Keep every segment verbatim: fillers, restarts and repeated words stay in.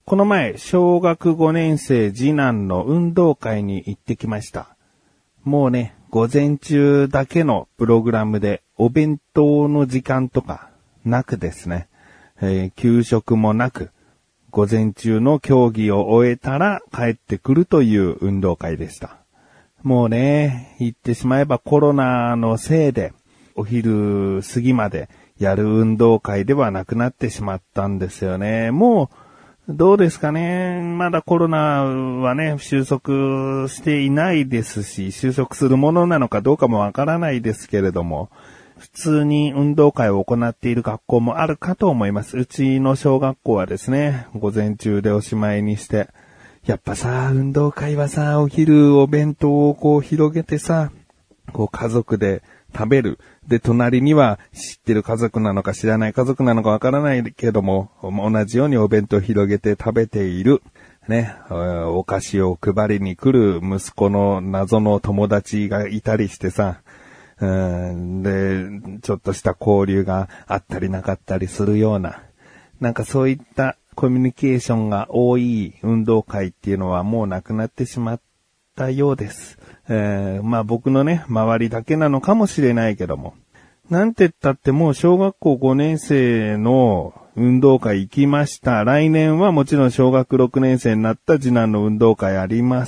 この前、小学ごねん生次男の運動会に行ってきました。もうね、午前中だけのプログラムでお弁当の時間とかなくですね、えー、給食もなく、午前中の競技を終えたら帰ってくるという運動会でした。もうね、言ってしまえばコロナのせいでお昼過ぎまでやる運動会ではなくなってしまったんですよね。もうどうですかね。まだコロナはね、収束していないですし、収束するものなのかどうかもわからないですけれども、普通に運動会を行っている学校もあるかと思います。うちの小学校はですね、午前中でおしまいにして、やっぱさ、運動会はさ、お昼お弁当をこう広げてさ、こう家族で食べる。で、隣には知ってる家族なのか知らない家族なのかわからないけども、同じようにお弁当を広げて食べている。ね、お菓子を配りに来る息子の謎の友達がいたりしてさ、うんで、ちょっとした交流があったりなかったりするような、なんかそういったコミュニケーションが多い運動会っていうのはもうなくなってしまったようです。えー、まあ僕のね、周りだけなのかもしれないけども。なんて言ったってもう小学校ごねん生の運動会行きました。来年はもちろん小学ろくねん生になった次男の運動会あります。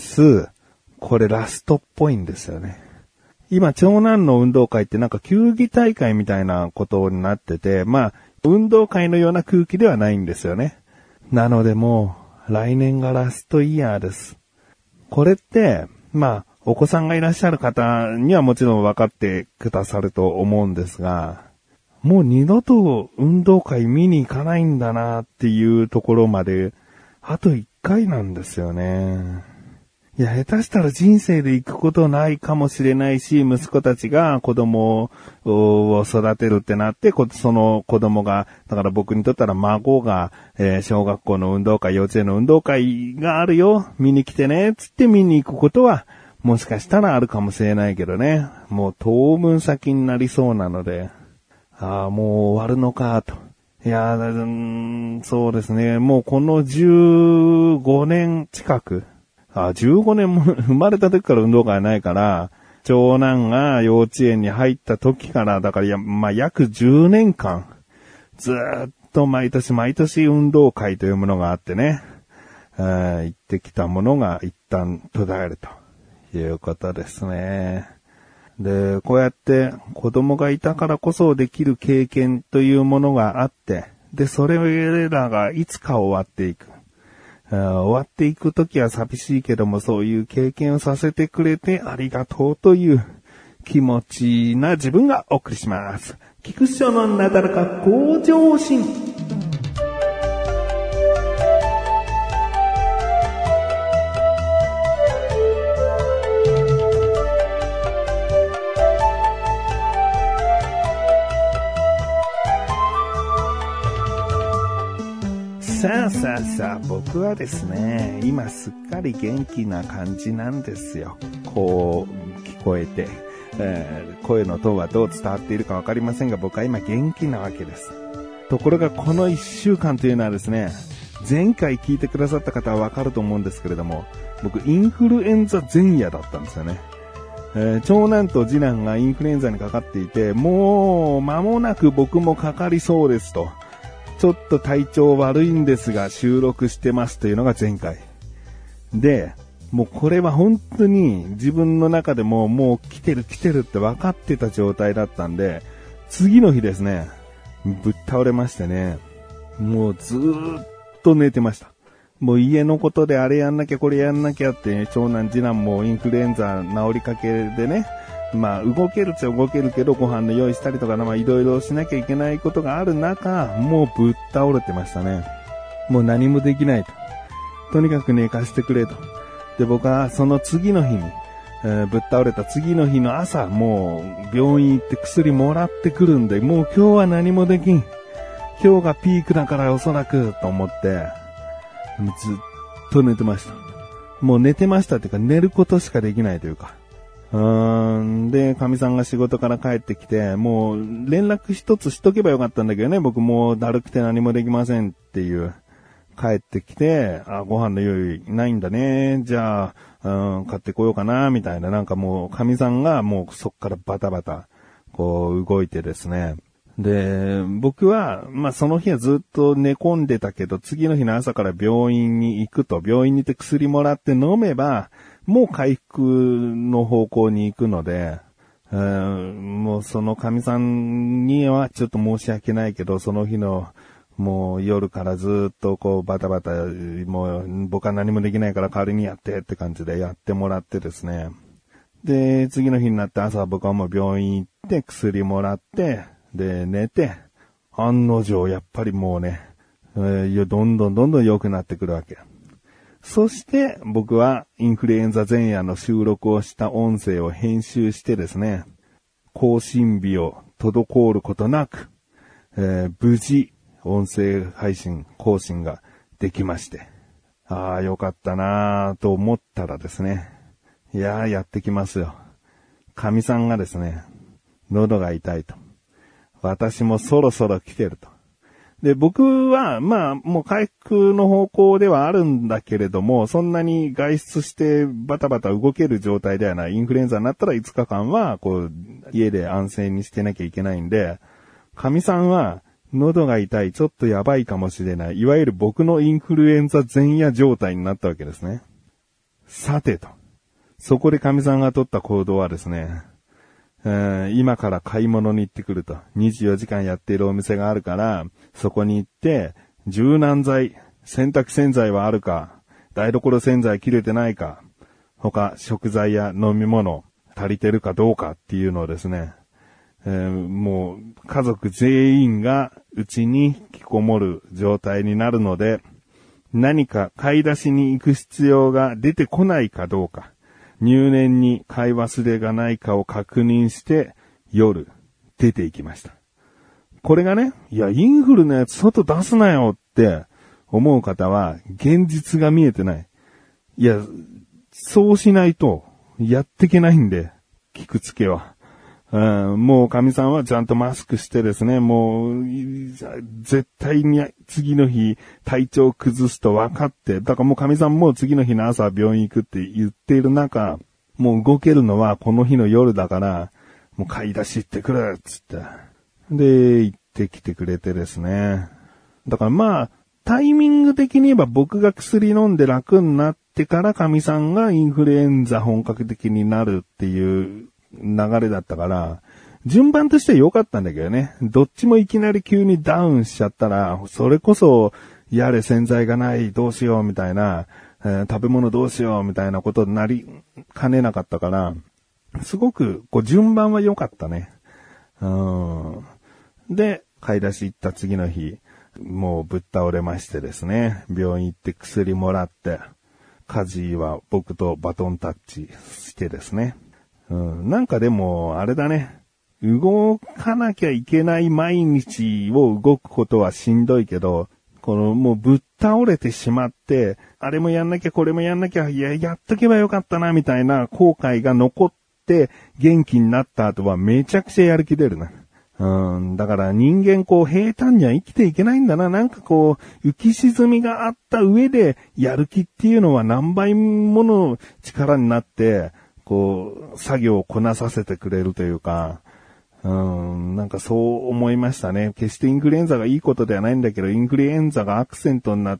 これラストっぽいんですよね。今長男の運動会ってなんか球技大会みたいなことになってて、まあ運動会のような空気ではないんですよね。なのでもう来年がラストイヤーです。これって、まあお子さんがいらっしゃる方にはもちろん分かってくださると思うんですが、もう二度と運動会見に行かないんだなっていうところまで、あと一回なんですよね。いや、下手したら人生で行くことないかもしれないし、息子たちが子供を育てるってなって、その子供が、だから僕にとったら孫が、えー、小学校の運動会、幼稚園の運動会があるよ、見に来てね、つって見に行くことは、もしかしたらあるかもしれないけどね。もう当分先になりそうなので。ああ、もう終わるのかと。いやー、そうですね。もうこのじゅうごねん近く。あ、じゅうごねんも生まれた時から運動会はないから、長男が幼稚園に入った時から、だからや、まあ、約じゅうねんかん、ずーっと毎年毎年運動会というものがあってね。行ってきたものが一旦途絶えると。いうことですね。で、こうやって子供がいたからこそできる経験というものがあって、で、それらがいつか終わっていく。終わっていくときは寂しいけども、そういう経験をさせてくれてありがとうという気持ちな自分がお送りします。菊師匠のなだらか向上心。さあさあさあ、僕はですね、今すっかり元気な感じなんですよ。こう、聞こえて、えー、声のトーンはどう伝わっているかわかりませんが、僕は今元気なわけです。ところがこの一週間というのはですね、前回聞いてくださった方はわかると思うんですけれども、僕インフルエンザ前夜だったんですよね。えー、長男と次男がインフルエンザにかかっていて、もう間もなく僕もかかりそうですと。ちょっと体調悪いんですが収録してますというのが前回。で、もうこれは本当に自分の中でももう来てる来てるって分かってた状態だったんで、次の日ですね、ぶっ倒れましてね、もうずーっと寝てました。もう家のことであれやんなきゃこれやんなきゃって、長男次男もインフルエンザ治りかけでね、まあ動けるっちゃ動けるけどご飯の用意したりとかまあいろいろしなきゃいけないことがある中、もうぶっ倒れてましたね。もう何もできないと。とにかく寝かしてくれと。で僕はその次の日に、えー、ぶっ倒れた次の日の朝、もう病院行って薬もらってくるんで、もう今日は何もできん。今日がピークだからおそらくと思って、ずっと寝てました。もう寝てましたっていうか寝ることしかできないというか。うーんで、神さんが仕事から帰ってきて、もう連絡一つしとけばよかったんだけどね、僕もうだるくて何もできませんっていう。 帰ってきて、あ、ご飯の用意ないんだね。じゃあ、うん、買ってこようかな、みたいな。なんかもう、神さんがもうそっからバタバタ、こう動いてですね。で、僕は、まあ、その日はずっと寝込んでたけど、次の日の朝から病院に行くと、病院に行って薬もらって飲めば、もう回復の方向に行くので、うん、もうその神さんにはちょっと申し訳ないけど、その日のもう夜からずっとこうバタバタ、もう僕は何もできないから代わりにやってって感じでやってもらってですね。で、次の日になって朝僕はもう病院行って薬もらって、で、寝て、案の定やっぱりもうね、えー、いやどんどんどんどん良くなってくるわけ。そして僕はインフルエンザ前夜の収録をした音声を編集してですね、更新日を滞ることなく、えー、無事音声配信更新ができまして、ああよかったなぁと思ったらですね、いやーやってきますよ。神さんがですね、喉が痛いと。私もそろそろ来てると。で、僕は、まあ、もう回復の方向ではあるんだけれども、そんなに外出してバタバタ動ける状態ではない。インフルエンザになったらいつかかんは、こう、家で安静にしてなきゃいけないんで、神さんは、喉が痛い、ちょっとやばいかもしれない。いわゆる僕のインフルエンザ前夜状態になったわけですね。さてと。そこで神さんが取った行動はですね、えー、今から買い物に行ってくると。にじゅうよじかんやっているお店があるから、そこに行って、柔軟剤、洗濯洗剤はあるか、台所洗剤切れてないか、他食材や飲み物足りてるかどうかっていうのをですね、えー、もう家族全員がうちに引きこもる状態になるので、何か買い出しに行く必要が出てこないかどうか、入念に買い忘れがないかを確認して夜出て行きました。これがね、いやインフルのやつ外出すなよって思う方は現実が見えてない。いや、そうしないとやっていけないんで、聞くつけは。うん、もう神さんはちゃんとマスクしてですね、もう絶対に次の日体調崩すと分かって、だからもう神さんも次の日の朝病院行くって言っている中、もう動けるのはこの日の夜だから、もう買い出し行ってくるっつって。で、行ってきてくれてですね。だからまあ、タイミング的に言えば僕が薬飲んで楽になってから神さんがインフルエンザ本格的になるっていう流れだったから、順番としては良かったんだけどね。どっちもいきなり急にダウンしちゃったら、それこそ、やれ洗剤がない、どうしようみたいな、えー、食べ物どうしようみたいなことになりかねなかったから、すごく、こう、順番は良かったね。うん。で、買い出し行った次の日、もうぶっ倒れましてですね、病院行って薬もらって、家事は僕とバトンタッチしてですね。うん、なんかでも、あれだね。動かなきゃいけない毎日を動くことはしんどいけど、このもうぶっ倒れてしまって、あれもやんなきゃこれもやんなきゃ、いや、やっとけばよかったな、みたいな後悔が残って元気になった後はめちゃくちゃやる気出るな。うん、だから人間こう平坦には生きていけないんだな。なんかこう、浮き沈みがあった上でやる気っていうのは何倍もの力になって、こう、作業をこなさせてくれるというか、うん、なんかそう思いましたね。決してインフルエンザがいいことではないんだけど、インフルエンザがアクセントになって、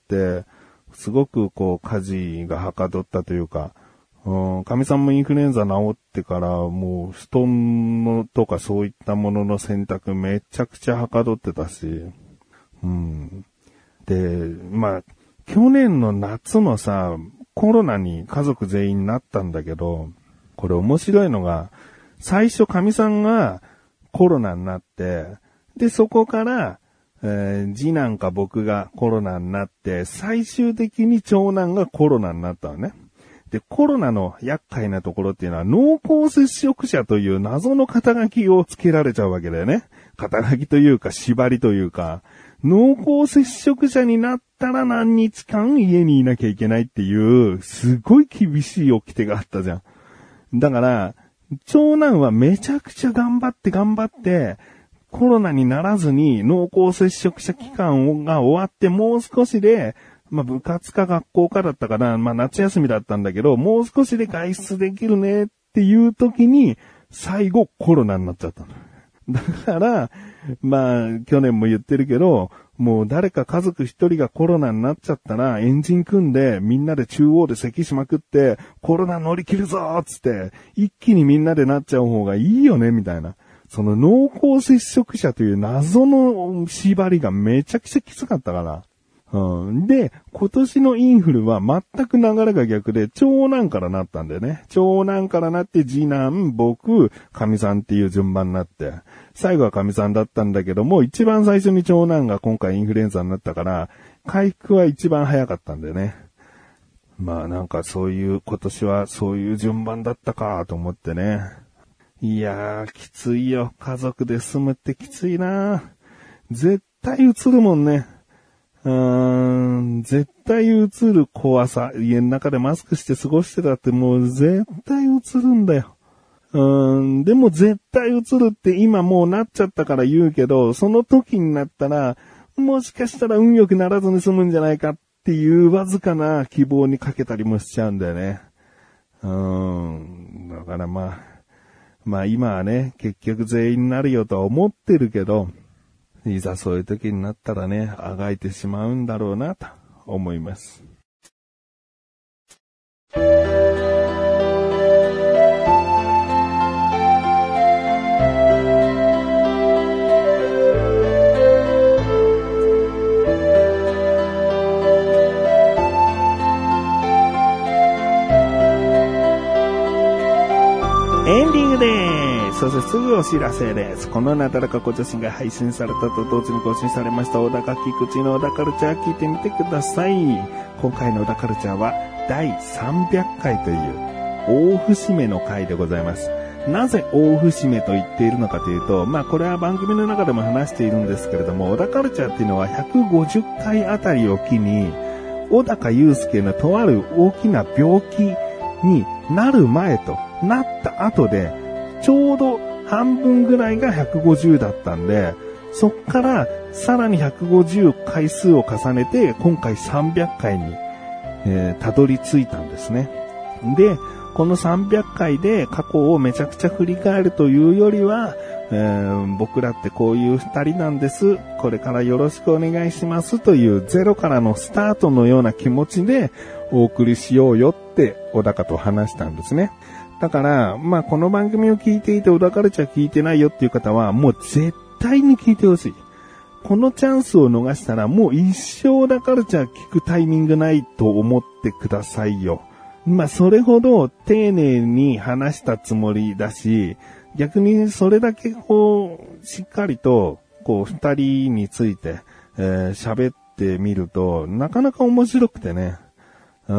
すごくこう、家事がはかどったというか、うん、神さんもインフルエンザ治ってから、もう、布団のとかそういったものの選択めちゃくちゃはかどってたし、うん。で、まあ、去年の夏のさ、コロナに家族全員なったんだけど、これ面白いのが、最初神さんがコロナになって、で、そこから、えー、次男か僕がコロナになって、最終的に長男がコロナになったのね。で、コロナの厄介なところっていうのは、濃厚接触者という謎の肩書きをつけられちゃうわけだよね。肩書きというか、縛りというか、濃厚接触者になったら何日間家にいなきゃいけないっていう、すごい厳しい掟があったじゃん。だから、長男はめちゃくちゃ頑張って頑張って、コロナにならずに濃厚接触者期間が終わってもう少しで、 まあ部活か学校かだったかな、まあ夏休みだったんだけど、もう少しで外出できるねっていう時に、最後コロナになっちゃったの。だから、まあ去年も言ってるけど、もう誰か家族一人がコロナになっちゃったら、エンジン組んでみんなで中央で咳しまくって、コロナ乗り切るぞーっつって、一気にみんなでなっちゃう方がいいよね、みたいな。その濃厚接触者という謎の縛りがめちゃくちゃきつかったから。うん、で、今年のインフルは全く流れが逆で、長男からなったんだよね。長男からなって次男、僕、神さんっていう順番になって、最後は神さんだったんだけども、一番最初に長男が今回インフルエンザになったから、回復は一番早かったんだよね。まあなんかそういう、今年はそういう順番だったかと思ってね。いやー、きついよ。家族で住むってきついな。絶対映るもんね。うーん、絶対映る怖さ。家の中でマスクして過ごしてたってもう絶対映るんだよ。うーん、でも絶対映るって今もうなっちゃったから言うけど、その時になったら、もしかしたら運良くならずに済むんじゃないかっていうわずかな希望にかけたりもしちゃうんだよね。うーん、だからまあ、まあ今はね、結局全員になるよとは思ってるけど、いざそういう時になったらね、あがいてしまうんだろうなと思います。エンディングでーす。そしてすぐお知らせです。このなだらかご女子が配信されたと同時に更新されました小高菊池の小田カルチャー聞いてみてください。今回の小田カルチャーはだいさんびゃっかいという大節目の回でございます。なぜ大節目と言っているのかというと、まあこれは番組の中でも話しているんですけれども、小田カルチャーっていうのはひゃくごじゅっかいあたりを機に、小高祐介のとある大きな病気になる前となった後で、ちょうど半分ぐらいがひゃくごじゅうだったんで、そっからさらにひゃくごじゅうかい数を重ねて、今回さんびゃっかいに、えー、たどり着いたんですね。で、このさんびゃっかいで過去をめちゃくちゃ振り返るというよりは、えー、僕らってこういう二人なんです。これからよろしくお願いしますというゼロからのスタートのような気持ちでお送りしようよって小高と話したんですね。だから、まあこの番組を聞いていて小田カルチャー聞いてないよっていう方はもう絶対に聞いてほしい。このチャンスを逃したらもう一生小田カルチャー聞くタイミングないと思ってくださいよ。まあそれほど丁寧に話したつもりだし、逆にそれだけこうしっかりとこう二人についてえー、喋ってみるとなかなか面白くてね。うん、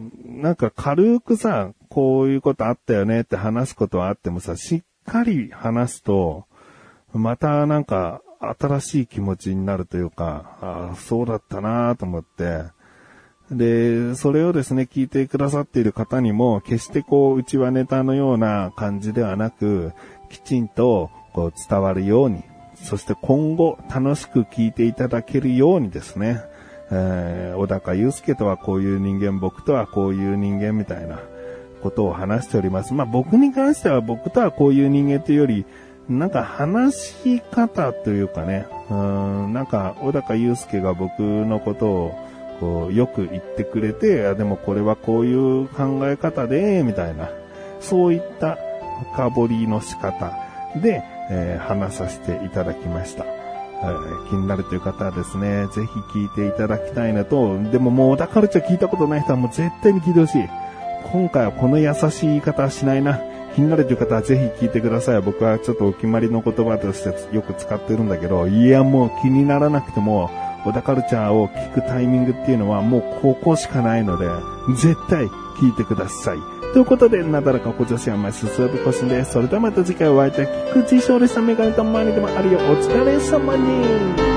なんか軽くさ、こういうことあったよねって話すことはあってもさ、しっかり話すと、またなんか新しい気持ちになるというか、ああ、そうだったなと思って、で、それをですね、聞いてくださっている方にも、決してこう、うちはネタのような感じではなく、きちんとこう伝わるように、そして今後楽しく聞いていただけるようにですね、えー、小高祐介とはこういう人間、僕とはこういう人間みたいなことを話しております。まあ僕に関しては僕とはこういう人間というより、なんか話し方というかね、うーん、なんか小高祐介が僕のことをこうよく言ってくれて、でもこれはこういう考え方で、みたいな、そういった深掘りの仕方で、えー、話させていただきました。気になるという方はですね、ぜひ聞いていただきたいのと、でももう小田カルチャー聞いたことない人はもう絶対に聞いてほしい。今回はこの優しい言い方はしないな。気になるという方はぜひ聞いてください。僕はちょっとお決まりの言葉としてよく使ってるんだけど、いやもう気にならなくても、小田カルチャーを聞くタイミングっていうのはもうここしかないので、絶対聞いてください。ということで、なだらかご女子はまいすすぶこしんです。それではまた次回お会いいたい菊池翔でした。メガネとマニでもあるよ。お疲れ様に。